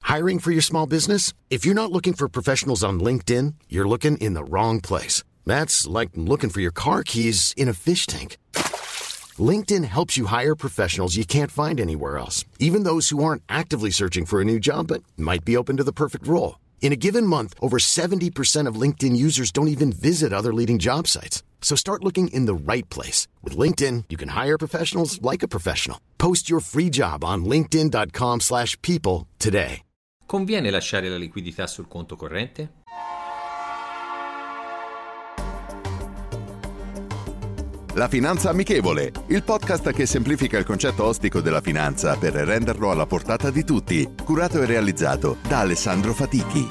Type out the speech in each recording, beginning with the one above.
Hiring for your small business? If you're not looking for professionals on LinkedIn, you're looking in the wrong place. That's like looking for your car keys in a fish tank. LinkedIn helps you hire professionals you can't find anywhere else, even those who aren't actively searching for a new job but might be open to the perfect role. In a given month, over 70% of LinkedIn users don't even visit other leading job sites. So start looking in the right place. With LinkedIn, you can hire professionals like a professional. Post your free job on linkedin.com/people today. Conviene lasciare la liquidità sul conto corrente? La Finanza Amichevole, il podcast che semplifica il concetto ostico della finanza per renderlo alla portata di tutti, curato e realizzato da Alessandro Fatichi.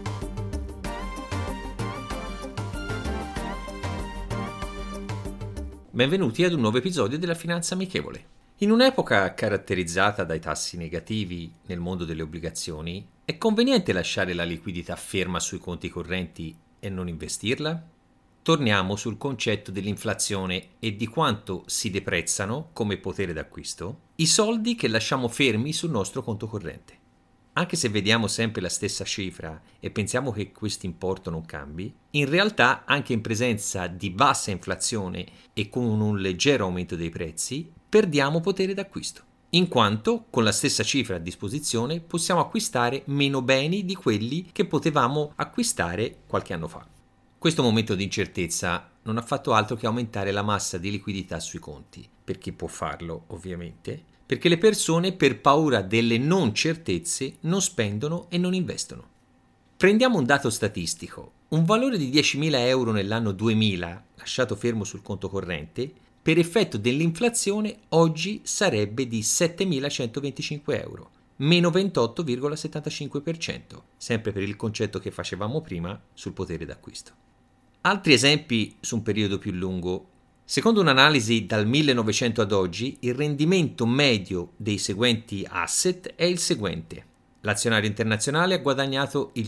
Benvenuti ad un nuovo episodio della Finanza Amichevole. In un'epoca caratterizzata dai tassi negativi nel mondo delle obbligazioni, è conveniente lasciare la liquidità ferma sui conti correnti e non investirla? Torniamo sul concetto dell'inflazione e di quanto si deprezzano, come potere d'acquisto, i soldi che lasciamo fermi sul nostro conto corrente. Anche se vediamo sempre la stessa cifra e pensiamo che questo importo non cambi, in realtà anche in presenza di bassa inflazione e con un leggero aumento dei prezzi, perdiamo potere d'acquisto, in quanto con la stessa cifra a disposizione possiamo acquistare meno beni di quelli che potevamo acquistare qualche anno fa. Questo momento di incertezza non ha fatto altro che aumentare la massa di liquidità sui conti, per chi può farlo ovviamente, perché le persone per paura delle non certezze non spendono e non investono. Prendiamo un dato statistico, un valore di 10.000 euro nell'anno 2000 lasciato fermo sul conto corrente, per effetto dell'inflazione oggi sarebbe di 7.125 euro, meno 28,75%, sempre per il concetto che facevamo prima sul potere d'acquisto. Altri esempi su un periodo più lungo. Secondo un'analisi dal 1900 ad oggi, il rendimento medio dei seguenti asset è il seguente. L'azionario internazionale ha guadagnato il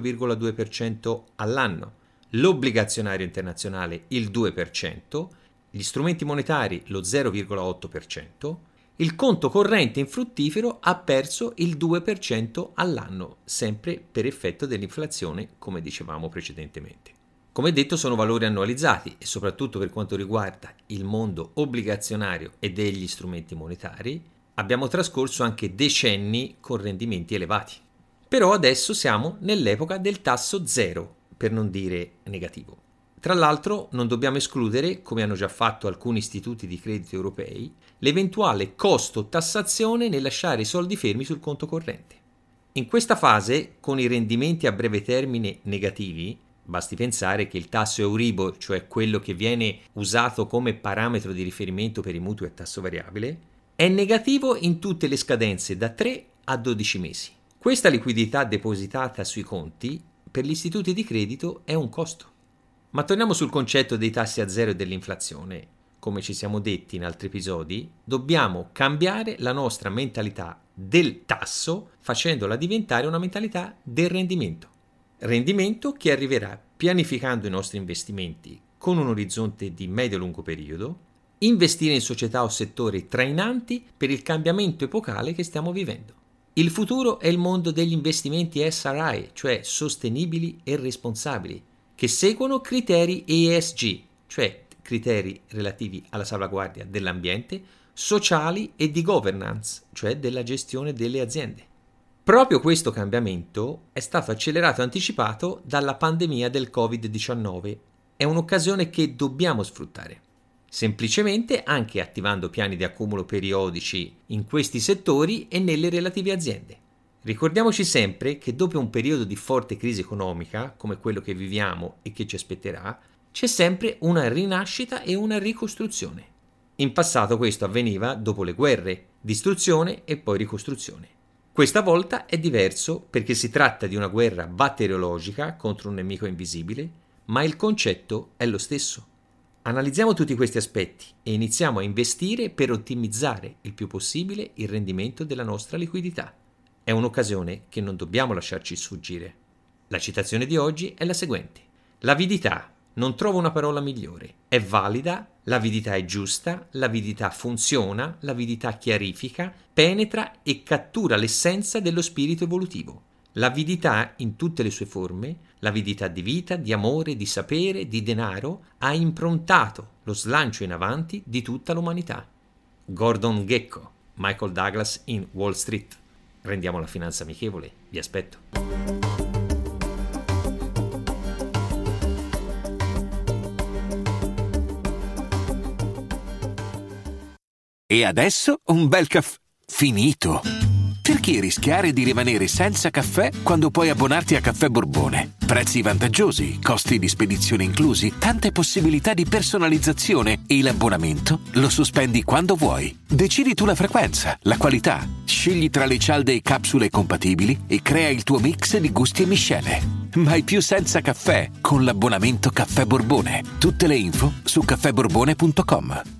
5,2% all'anno, l'obbligazionario internazionale il 2%, gli strumenti monetari lo 0,8%, il conto corrente infruttifero ha perso il 2% all'anno, sempre per effetto dell'inflazione, come dicevamo precedentemente. Come detto, sono valori annualizzati e soprattutto per quanto riguarda il mondo obbligazionario e degli strumenti monetari, abbiamo trascorso anche decenni con rendimenti elevati. Però adesso siamo nell'epoca del tasso zero, per non dire negativo. Tra l'altro non dobbiamo escludere, come hanno già fatto alcuni istituti di credito europei, l'eventuale costo tassazione nel lasciare i soldi fermi sul conto corrente. In questa fase, con i rendimenti a breve termine negativi, basti pensare che il tasso Euribor, cioè quello che viene usato come parametro di riferimento per i mutui a tasso variabile, è negativo in tutte le scadenze da 3 a 12 mesi. Questa liquidità depositata sui conti per gli istituti di credito è un costo. Ma torniamo sul concetto dei tassi a zero e dell'inflazione. Come ci siamo detti in altri episodi, dobbiamo cambiare la nostra mentalità del tasso facendola diventare una mentalità del rendimento. Rendimento che arriverà pianificando i nostri investimenti con un orizzonte di medio-lungo periodo, investire in società o settori trainanti per il cambiamento epocale che stiamo vivendo. Il futuro è il mondo degli investimenti SRI, cioè sostenibili e responsabili, che seguono criteri ESG, cioè criteri relativi alla salvaguardia dell'ambiente, sociali e di governance, cioè della gestione delle aziende. Proprio questo cambiamento è stato accelerato e anticipato dalla pandemia del Covid-19. È un'occasione che dobbiamo sfruttare, semplicemente anche attivando piani di accumulo periodici in questi settori e nelle relative aziende. Ricordiamoci sempre che dopo un periodo di forte crisi economica, come quello che viviamo e che ci aspetterà, c'è sempre una rinascita e una ricostruzione. In passato questo avveniva dopo le guerre, distruzione e poi ricostruzione. Questa volta è diverso perché si tratta di una guerra batteriologica contro un nemico invisibile, ma il concetto è lo stesso. Analizziamo tutti questi aspetti e iniziamo a investire per ottimizzare il più possibile il rendimento della nostra liquidità. È un'occasione che non dobbiamo lasciarci sfuggire. La citazione di oggi è la seguente. L'avidità, Non trovo una parola migliore. È valida, l'avidità è giusta, l'avidità funziona, l'avidità chiarifica, penetra e cattura l'essenza dello spirito evolutivo. L'avidità in tutte le sue forme, l'avidità di vita, di amore, di sapere, di denaro, ha improntato lo slancio in avanti di tutta l'umanità. Gordon Gekko, Michael Douglas in Wall Street. Rendiamo la finanza amichevole. Vi aspetto. E adesso un bel caffè finito. Perché rischiare di rimanere senza caffè quando puoi abbonarti a Caffè Borbone? Prezzi vantaggiosi, costi di spedizione inclusi, tante possibilità di personalizzazione e l'abbonamento lo sospendi quando vuoi. Decidi tu la frequenza, la qualità, scegli tra le cialde e capsule compatibili e crea il tuo mix di gusti e miscele. Mai più senza caffè con l'abbonamento Caffè Borbone. Tutte le info su caffèborbone.com.